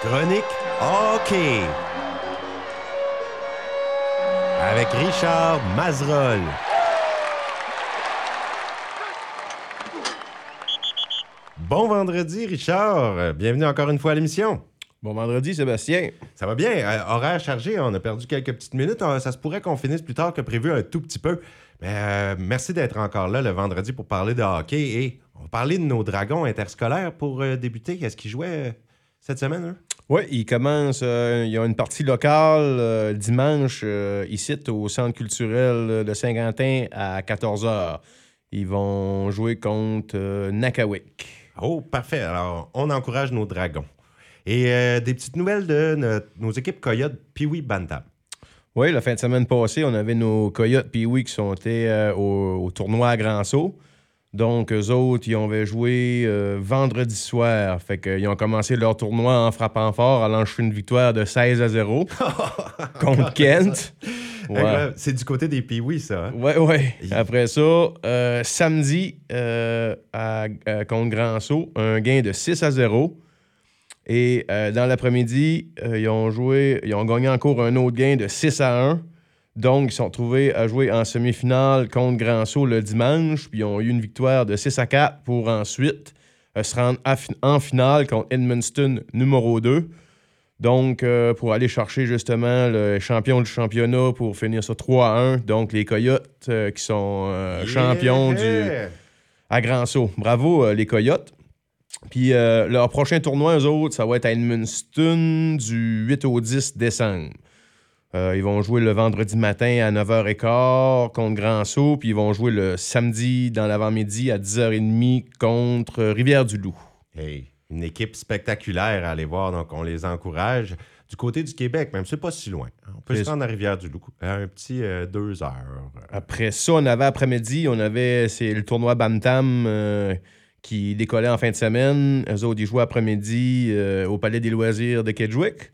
Chronique hockey avec Richard Mazerolle. Bon vendredi, Richard. Bienvenue encore une fois à l'émission. Bon vendredi, Sébastien. Ça va bien. Horaire chargé, on a perdu quelques petites minutes. Ça se pourrait qu'on finisse plus tard que prévu un tout petit peu. Mais merci d'être encore là le vendredi pour parler de hockey. Et on va parler de nos dragons interscolaires pour débuter. Est-ce qu'ils jouaient cette semaine, eux? Oui, ils commencent. Il y a une partie locale dimanche ici au Centre culturel de Saint-Quentin à 14h. Ils vont jouer contre Nakawik. Oh, parfait. Alors, on encourage nos dragons. Et des petites nouvelles de nos équipes Coyotes Pee-Wee Bantam. Oui, la fin de semaine passée, on avait nos Coyotes Pee-Wee qui sont été au tournoi à Grand Sault. Donc, eux autres, ils avaient joué vendredi soir. Fait qu'ils ont commencé leur tournoi en frappant fort, allant chercher une victoire de 16-0 contre Kent. Ouais. C'est du côté des Pee-Wee, ça. Hein? Oui. Après ça, samedi, contre Grand Sault, un gain de 6-0. Et dans l'après-midi, ils ont gagné encore un autre gain de 6-1. Donc, ils sont retrouvés à jouer en semi-finale contre Grand Sault le dimanche. Puis, ils ont eu une victoire de 6-4 pour ensuite se rendre en finale contre Edmundston numéro 2. Donc, pour aller chercher justement le champion du championnat pour finir sur 3-1. Donc, les Coyotes qui sont champions à Grand Sault. Bravo, les Coyotes. Puis, leur prochain tournoi, eux autres, ça va être à Edmundston du 8 au 10 décembre. Ils vont jouer le vendredi matin à 9h15 contre Grand Sault, puis ils vont jouer le samedi dans l'avant-midi à 10h30 contre Rivière-du-Loup. Hey, une équipe spectaculaire à aller voir, donc on les encourage. Du côté du Québec, même, c'est pas si loin. On peut se rendre à Rivière-du-Loup, un petit 2 heures. Après ça, on avait après-midi, c'est le tournoi Bantam qui décollait en fin de semaine. Eux autres, ils jouaient après-midi au Palais des loisirs de Kedgewick.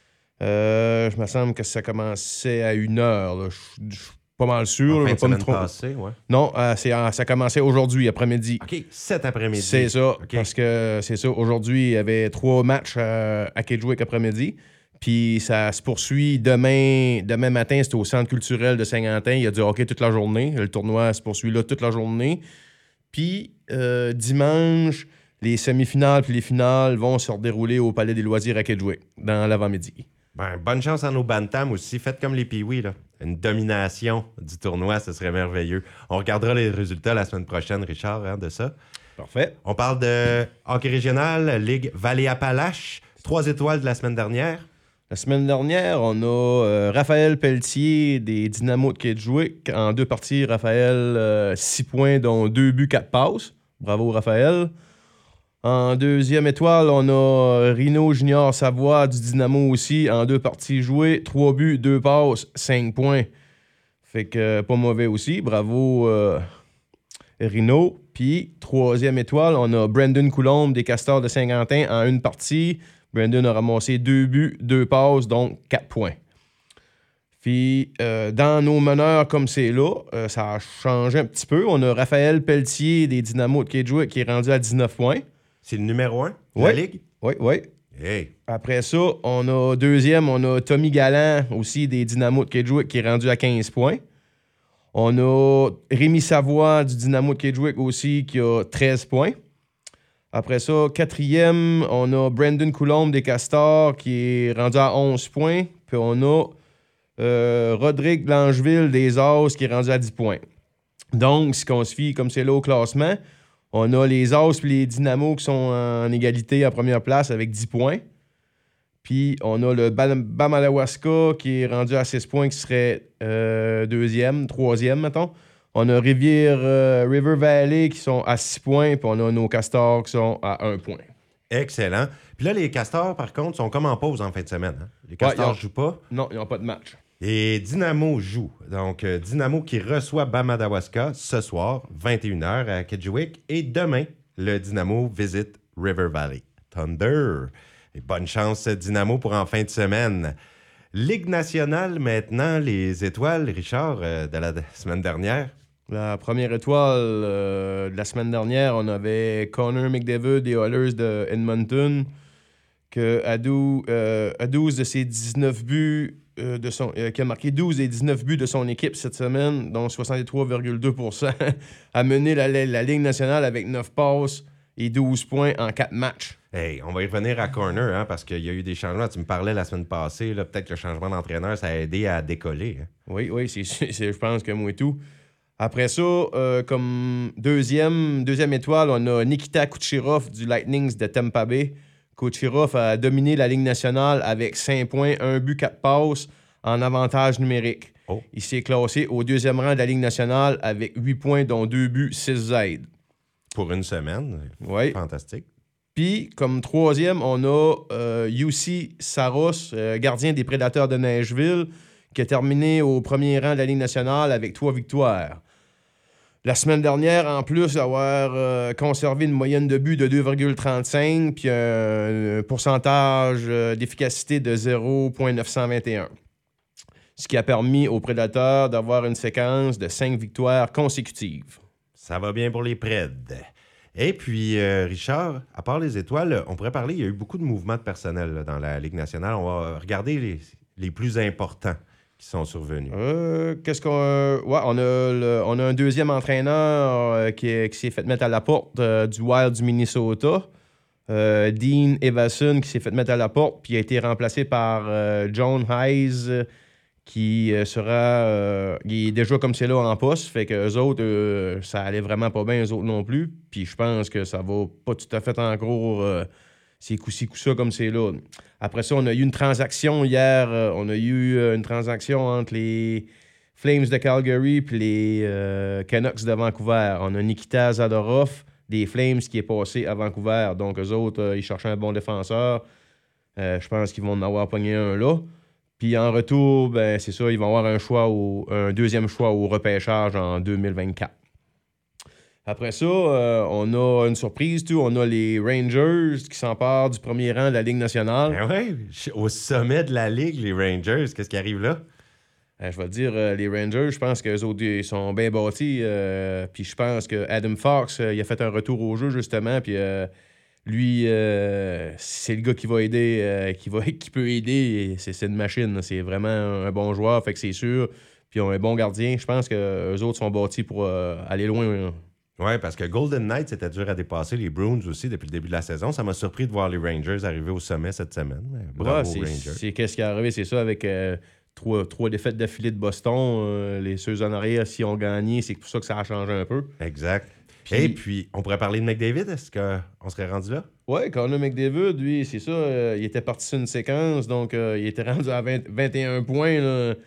Je me semble que ça commençait à 1h. Je suis pas mal sûr. En fin de pas me semaine tromper. passée, ouais. Non, ça commençait aujourd'hui, après-midi. OK, cet après-midi. C'est ça, Okay. parce que c'est ça. Aujourd'hui, il y avait 3 matchs à Kedgewick après-midi. Puis ça se poursuit demain matin. C'était au Centre culturel de Saint-Quentin. Il y a du hockey toute la journée. Le tournoi se poursuit là toute la journée. Puis dimanche, les semi-finales puis les finales vont se dérouler au Palais des loisirs à Kedgewick, dans l'avant-midi. Ben, bonne chance à nos Bantams aussi. Faites comme les Pee-Wee, là. Une domination du tournoi, ce serait merveilleux. On regardera les résultats la semaine prochaine, Richard, de ça. Parfait. On parle de hockey régional, Ligue Vallée-Appalaches. 3 étoiles de la semaine dernière. La semaine dernière, on a Raphaël Pelletier des Dynamo de Kedgewick. En 2 parties, Raphaël, 6 points, dont 2 buts, 4 passes. Bravo, Raphaël. En 2e étoile, on a Rino Junior Savoie du Dynamo aussi. En 2 parties jouées, 3 buts, 2 passes, 5 points. Fait que pas mauvais aussi. Bravo, Rino. Puis, 3e étoile, on a Brandon Coulombe des Castors de Saint-Quentin. En 1 partie, Brandon a ramassé 2 buts, 2 passes, donc 4 points. Puis, dans nos meneurs comme c'est là, ça a changé un petit peu. On a Raphaël Pelletier des Dynamo de Kedgewick qui est rendu à 19 points. C'est le numéro 1 de la Ligue? Oui. Hey. Après ça, on a 2e, on a Tommy Galland aussi des Dynamo de Kedgewick qui est rendu à 15 points. On a Rémi Savoie du Dynamo de Kedgewick aussi qui a 13 points. Après ça, 4e, on a Brandon Coulombe des Castors qui est rendu à 11 points. Puis on a Rodrigue Langeville des As qui est rendu à 10 points. Donc, si on se fie comme c'est là au classement, on a les As et les Dynamo qui sont en égalité à première place avec 10 points. Puis on a le Bamalawaska qui est rendu à 6 points qui serait 2e, 3e, mettons. On a River Valley qui sont à 6 points, puis on a nos Castors qui sont à 1 point. Excellent. Puis là, les Castors, par contre, sont comme en pause en fin de semaine. Hein? Les Castors ne jouent pas. Non, ils n'ont pas de match. Et Dynamo joue. Donc, Dynamo qui reçoit Bamadawaska ce soir, 21h à Kedgewick. Et demain, le Dynamo visite River Valley. Thunder. Et bonne chance, Dynamo, pour en fin de semaine. Ligue nationale, maintenant, les étoiles, Richard, de la semaine dernière. La première étoile de la semaine dernière, on avait Connor McDavid des Oilers de Edmonton à 12 de ses 19 buts, qui a marqué 12 des 19 buts de son équipe cette semaine, dont 63,2%, a mené la Ligue nationale avec 9 passes et 12 points en 4 matchs. Hey, on va y revenir à Corner, hein, parce qu'il y a eu des changements. Tu me parlais la semaine passée, là, peut-être que le changement d'entraîneur, ça a aidé à décoller. Hein. Oui, je pense que moi et tout. Après ça, comme deuxième étoile, on a Nikita Kucherov du Lightning de Tampa Bay. Kucherov a dominé la Ligue nationale avec 5 points, 1 but, 4 passes en avantage numérique. Oh. Il s'est classé au 2e rang de la Ligue nationale avec 8 points, dont 2 buts, 6 aides. Pour une semaine. Oui. Fantastique. Puis, comme 3e, on a Juuse Saros, gardien des Prédateurs de Nashville, qui a terminé au 1er rang de la Ligue nationale avec 3 victoires. La semaine dernière, en plus d'avoir conservé une moyenne de but de 2,35 puis un pourcentage d'efficacité de 0,921. Ce qui a permis aux Prédateurs d'avoir une séquence de 5 victoires consécutives. Ça va bien pour les Preds. Et puis, Richard, à part les étoiles, on pourrait parler, il y a eu beaucoup de mouvements de personnel là, dans la Ligue nationale. On va regarder les plus importants qui sont survenus. On a un deuxième entraîneur qui s'est fait mettre à la porte du Wild du Minnesota. Dean Evason qui s'est fait mettre à la porte puis a été remplacé par John Hayes qui sera... il est déjà comme c'est là en poste, fait que eux autres, ça allait vraiment pas bien, eux autres non plus. Puis je pense que ça va pas tout à fait en gros... c'est coup-ci, coup-ça comme c'est là. Après ça, on a eu une transaction hier. On a eu une transaction entre les Flames de Calgary et les Canucks de Vancouver. On a Nikita Zadorov des Flames qui est passé à Vancouver. Donc, eux autres, ils cherchaient un bon défenseur. Je pense qu'ils vont en avoir pogné un là. Puis en retour, ben c'est ça, ils vont avoir un deuxième choix au repêchage en 2024. Après ça, on a une surprise, tout. On a les Rangers qui s'emparent du premier rang de la Ligue nationale. Ben ouais, au sommet de la Ligue, les Rangers, qu'est-ce qui arrive là? Je vais te dire, les Rangers, je pense qu'eux autres, ils sont bien bâtis. Puis je pense que Adam Fox, il a fait un retour au jeu, justement. Puis lui, c'est le gars qui va aider, qui peut aider. C'est une machine. Là. C'est vraiment un bon joueur, fait que c'est sûr. Puis ils ont un bon gardien. Je pense qu'eux autres sont bâtis pour aller loin. Oui, parce que Golden Knights, c'était dur à dépasser. Les Bruins aussi, depuis le début de la saison. Ça m'a surpris de voir les Rangers arriver au sommet cette semaine. Bravo aux Rangers. C'est qu'est-ce qui est arrivé, c'est ça, avec trois défaites d'affilée de Boston. Les ceux en arrière, s'ils ont gagné, c'est pour ça que ça a changé un peu. Exact. Et puis, on pourrait parler de McDavid. Est-ce qu'on serait rendu là? Oui, Connor McDavid, lui, c'est ça. Il était parti sur une séquence, donc il était rendu à 21 points là,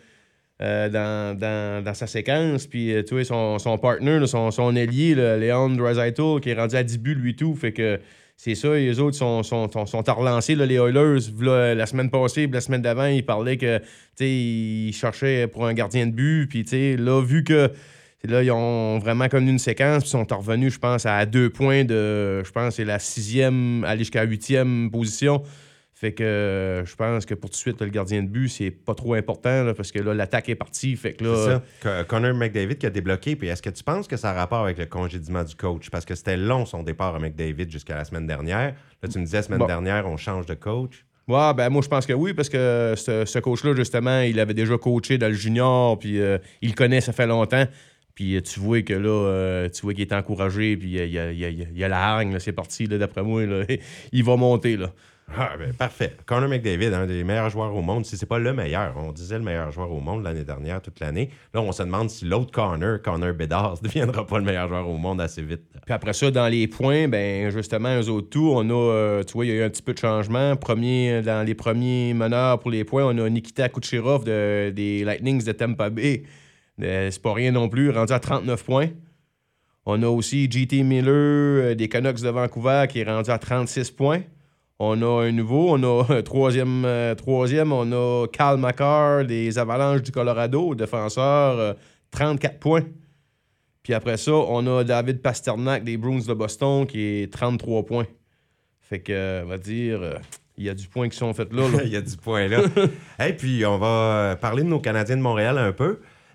dans sa séquence. Puis, tu vois, son partner, là, son ailier, Leon Draisaitl, qui est rendu à 10 buts, lui, tout. Fait que c'est ça, et les autres sont à relancer, là, les Oilers. Là, la semaine passée, la semaine d'avant, ils parlaient que, ils cherchaient pour un gardien de but. Puis, là, vu que là, ils ont vraiment connu une séquence, puis ils sont revenus, je pense, à 2 points de, je pense, c'est la 6e, aller jusqu'à 8e position. Fait que je pense que pour tout de suite, le gardien de but, c'est pas trop important, là, parce que là, l'attaque est partie. Fait que là, c'est ça. Connor McDavid qui a débloqué. Puis est-ce que tu penses que ça a rapport avec le congédiement du coach? Parce que c'était long son départ à McDavid jusqu'à la semaine dernière. Là, tu me disais, la semaine dernière, on change de coach. Ouais, ben moi, je pense que oui, parce que ce coach-là, justement, il avait déjà coaché dans le junior, puis il le connaît, ça fait longtemps. Puis tu vois que là, qu'il est encouragé, puis il y a la hargne, là, c'est parti, là, d'après moi, là, il va monter, là. Ah, ben, parfait. Connor McDavid, un des meilleurs joueurs au monde. Si c'est pas le meilleur, on disait le meilleur joueur au monde l'année dernière, toute l'année. Là, on se demande si l'autre Connor Bedard ne deviendra pas le meilleur joueur au monde assez vite. Puis après ça, dans les points, ben justement, eux autres tout, on a, tu vois, il y a eu un petit peu de changement. Dans les premiers meneurs pour les points, on a Nikita Kucherov des Lightnings de Tampa Bay. C'est pas rien non plus, rendu à 39 points. On a aussi J.T. Miller des Canucks de Vancouver qui est rendu à 36 points. On a un nouveau, on a troisième, on a Cal Makar des Avalanches du Colorado, défenseur, 34 points. Puis après ça, on a David Pasternak des Bruins de Boston qui est 33 points. Fait que, on va dire, il y a du point qui sont faits là. Il y a du point là. Et puis, on va parler de nos Canadiens de Montréal un peu.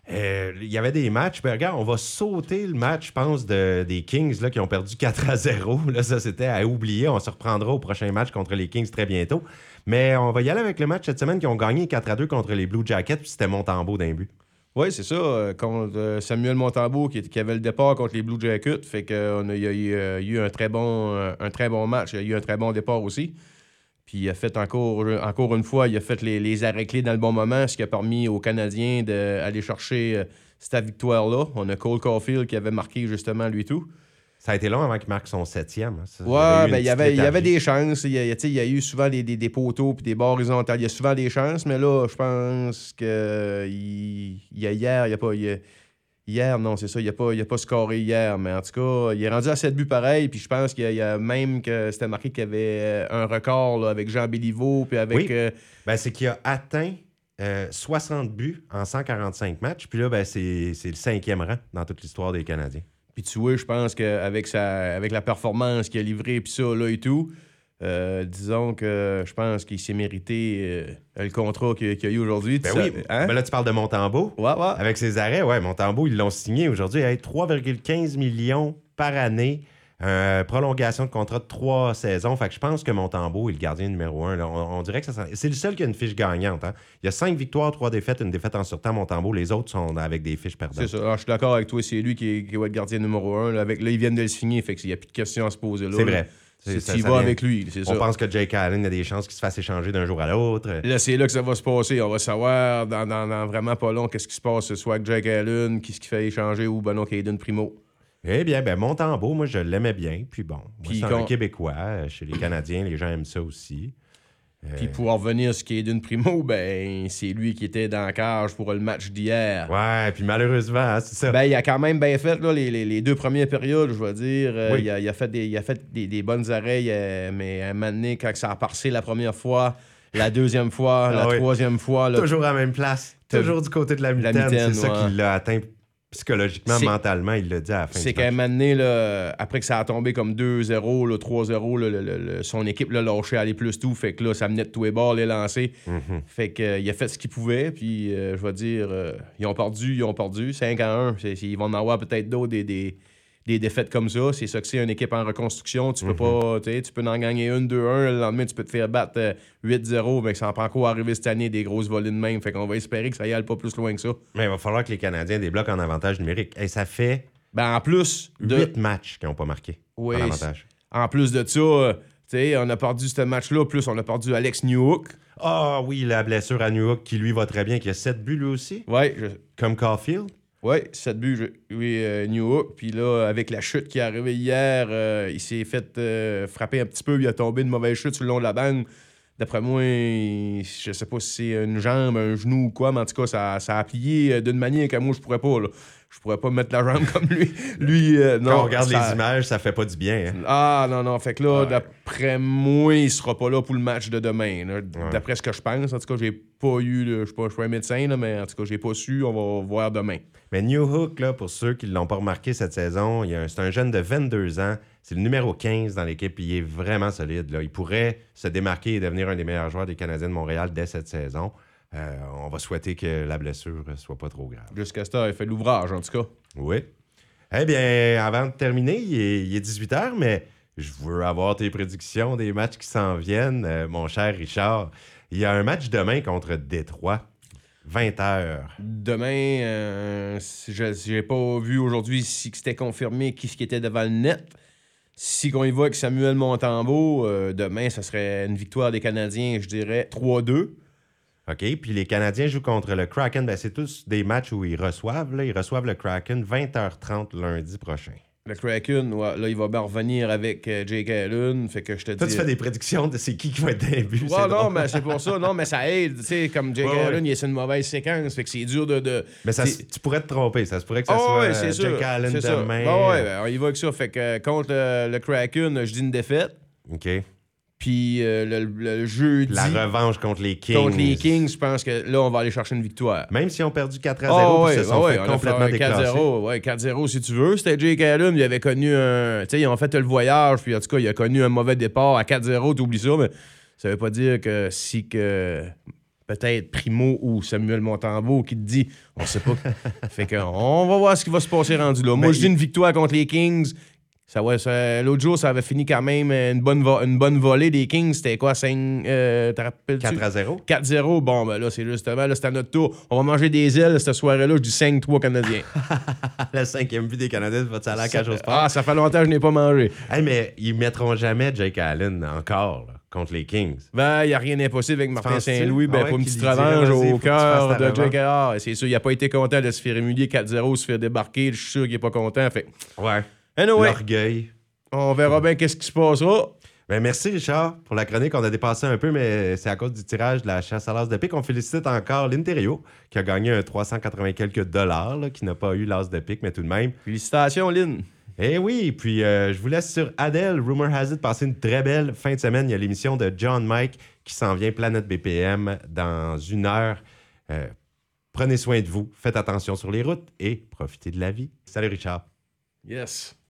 Il y avait des matchs. Ben, regarde, on va sauter le match, je pense, des Kings là, qui ont perdu 4-0. Là, ça, c'était à oublier. On se reprendra au prochain match contre les Kings très bientôt. Mais on va y aller avec le match cette semaine qui ont gagné 4-2 contre les Blue Jackets. Puis c'était Montembeault d'un but. Oui, c'est ça. Contre Samuel Montembeault qui avait le départ contre les Blue Jackets. Fait qu'il y a eu un très bon match. Il y a eu un très bon départ aussi. Puis il a fait encore une fois, il a fait les arrêts clés dans le bon moment, ce qui a permis aux Canadiens d'aller chercher cette victoire-là. On a Cole Caulfield qui avait marqué justement lui tout. Ça a été long avant qu'il marque son 7e. Ouais, il y avait des chances. Il y a eu souvent des poteaux puis des barres horizontales. Il y a souvent des chances, mais là, je pense que hier, non, c'est ça, il a pas scoré hier, mais en tout cas, il est rendu à 7 buts pareil, puis je pense qu'il y a même que c'était marqué qu'il y avait un record là, avec Jean Béliveau, puis avec... Oui, c'est qu'il a atteint 60 buts en 145 matchs, puis là, c'est le 5e rang dans toute l'histoire des Canadiens. Puis tu vois, je pense qu'avec avec la performance qu'il a livrée, puis ça, là et tout, disons que je pense qu'il s'est mérité le contrat qu'il a eu aujourd'hui. Oui, hein? Là, tu parles de Montembeault. Ouais. Avec ses arrêts, Montembeault, ils l'ont signé aujourd'hui. 3,15 millions par année. Prolongation de contrat de 3 saisons. Fait que je pense que Montembeault est le gardien numéro 1. Là. On dirait que c'est le seul qui a une fiche gagnante. Hein? Il y a 5 victoires, 3 défaites, une défaite en surtemps Montembeau. Les autres sont avec des fiches perdantes. C'est ça. Alors, je suis d'accord avec toi. C'est lui qui va être gardien numéro 1. Là, ils viennent de le signer. Fait qu'il n'y a plus de questions à se poser là. C'est vrai. Tu vas avec lui, c'est ça. On pense que Jake Allen a des chances qu'il se fasse échanger d'un jour à l'autre. Là, c'est là que ça va se passer. On va savoir dans vraiment pas long qu'est-ce qui se passe, soit avec Jake Allen, qu'est-ce qui fait échanger, ou non, Caden Primo. Eh bien, Montembeault, moi, je l'aimais bien. Puis bon, c'est un Québécois. Chez les Canadiens, les gens aiment ça aussi. Puis pour en revenir sur Caden Primo, c'est lui qui était dans la cage pour le match d'hier. Ouais, puis malheureusement, c'est ça. Il a quand même bien fait là, les 2 premières périodes, je vais dire. Oui. Il a fait des bonnes arrêts, mais à un moment donné, quand ça a passé la première fois, la deuxième fois, la troisième fois... Là, toujours à la même place. Toujours du côté de la mitaine. C'est ça qui l'a atteint psychologiquement, mentalement, il l'a dit à la fin. C'est qu'à un moment donné, là, après que ça a tombé comme 2-0, là, 3-0, son équipe l'a lâché à aller plus tout. Fait que là, ça menait de tous les bords, les lancers. Mm-hmm. Fait qu'il a fait ce qu'il pouvait. Puis, je vais dire, ils ont perdu. 5-1. Ils vont en avoir peut-être d'autres des défaites comme ça. C'est ça que c'est une équipe en reconstruction. Tu peux pas, tu peux en gagner 1-2-1. Le lendemain, tu peux te faire battre 8-0. Mais ça en prend encore arriver cette année des grosses volées de même. Fait qu'on va espérer que ça y aille pas plus loin que ça. Mais il va falloir que les Canadiens débloquent en avantage numérique. Et ça fait en plus 8 matchs qui n'ont pas marqué en avantage. En plus de ça, on a perdu ce match-là. Plus, on a perdu Alex Newhook. Ah oui, la blessure à Newhook qui lui va très bien, qui a 7 buts lui aussi. Oui. Comme Caulfield. Oui, 7 buts, Newhook. Puis là, avec la chute qui est arrivée hier, il s'est fait frapper un petit peu. Il a tombé une mauvaise chute sur le long de la bande. D'après moi, je sais pas si c'est une jambe, un genou ou quoi, mais en tout cas, ça a plié d'une manière que moi, je pourrais pas. Là. Je pourrais pas mettre la jambe comme lui. Non, quand on regarde les images, ça fait pas du bien. Hein? Ah, non. Fait que là, d'après moi, il sera pas là pour le match de demain. Là. D'après ce que je pense. En tout cas, j'ai pas eu... Je suis pas un médecin, là, mais en tout cas, j'ai pas su. On va voir demain. Mais Newhook, là, pour ceux qui l'ont pas remarqué cette saison, c'est un jeune de 22 ans. C'est le numéro 15 dans l'équipe. Il est vraiment solide. Là. Il pourrait se démarquer et devenir un des meilleurs joueurs des Canadiens de Montréal dès cette saison. On va souhaiter que la blessure soit pas trop grave. Jusqu'à ce temps, il fait l'ouvrage, en tout cas. Oui. Eh bien, avant de terminer, il est 18h, mais je veux avoir tes prédictions des matchs qui s'en viennent, mon cher Richard. Il y a un match demain contre Détroit, 20h. Demain, je n'ai pas vu aujourd'hui si c'était confirmé qui était devant le net. Si on y va avec Samuel Montembeault, demain, ça serait une victoire des Canadiens, je dirais 3-2. OK, puis les Canadiens jouent contre le Kraken. C'est tous des matchs où ils reçoivent. Là, ils reçoivent le Kraken 20h30 lundi prochain. Le Kraken, là, il va bien revenir avec Jake Allen. Fait que je te dis... Toi, tu fais des prédictions de c'est qui va être dans les buts. Ouais, non, mais c'est pour ça. Non, mais ça aide. Tu sais, comme Jake Allen, il est sur une mauvaise séquence. Fait que c'est dur de... Mais tu pourrais te tromper. Ça se pourrait que ça soit Jake Allen demain. Alors, il va avec ça. Fait que contre le Kraken, je dis une défaite. OK. Puis le jeudi... La revanche contre les Kings. Contre les Kings, je pense que là, on va aller chercher une victoire. Même si on perdu 4-0, puis se sont fait complètement déclasser. 4-0, si tu veux. C'était Jake Allen, il avait connu un... Tu sais, ils ont fait le voyage, puis en tout cas, il a connu un mauvais départ à 4-0, t'oublies ça, mais ça veut pas dire que si que peut-être Primo ou Samuel Montembeault qui te dit, on sait pas. Fait qu'on va voir ce qui va se passer rendu là. Moi, je dis une victoire contre les Kings. L'autre jour, ça avait fini quand même une bonne volée des Kings. C'était quoi, 5... te rappelles-tu? 4-0. 4-0. Bon, ben là, c'est justement, là, c'est à notre tour. On va manger des ailes cette soirée-là. Je dis 5-3 Canadiens. Le 5e but des Canadiens, va-tu aller à cage au sport? Ah, ça fait longtemps que je n'ai pas mangé. Hey, mais ils mettront jamais Jake Allen encore là, contre les Kings. Ben, il n'y a rien d'impossible avec Martin Penses-tu? Saint-Louis. Ben, Ah ouais, pour une qu'il petite lui dirait, revanche vas-y, faut au que tu cœur fasses ta de Jake revanche. Allen. C'est sûr, il n'a pas été content de se faire humilier 4-0, se faire débarquer. Je suis sûr qu'il n'est pas content. Fait. Ouais. Anyway, L'orgueil. on verra bien qu'est-ce qui se passera. Ben, merci Richard pour la chronique. On a dépassé un peu, mais c'est à cause du tirage de la chasse à l'as de pique. On félicite encore l'Interio qui a gagné un 380 quelques dollars, là, qui n'a pas eu l'as de pique, mais tout de même. Félicitations, Lynn. Eh oui, puis je vous laisse sur Adèle. Rumor has it, passez une très belle fin de semaine. Il y a l'émission de John Mike qui s'en vient, Planète BPM, dans 1 heure. Prenez soin de vous, faites attention sur les routes et profitez de la vie. Salut Richard. Yes.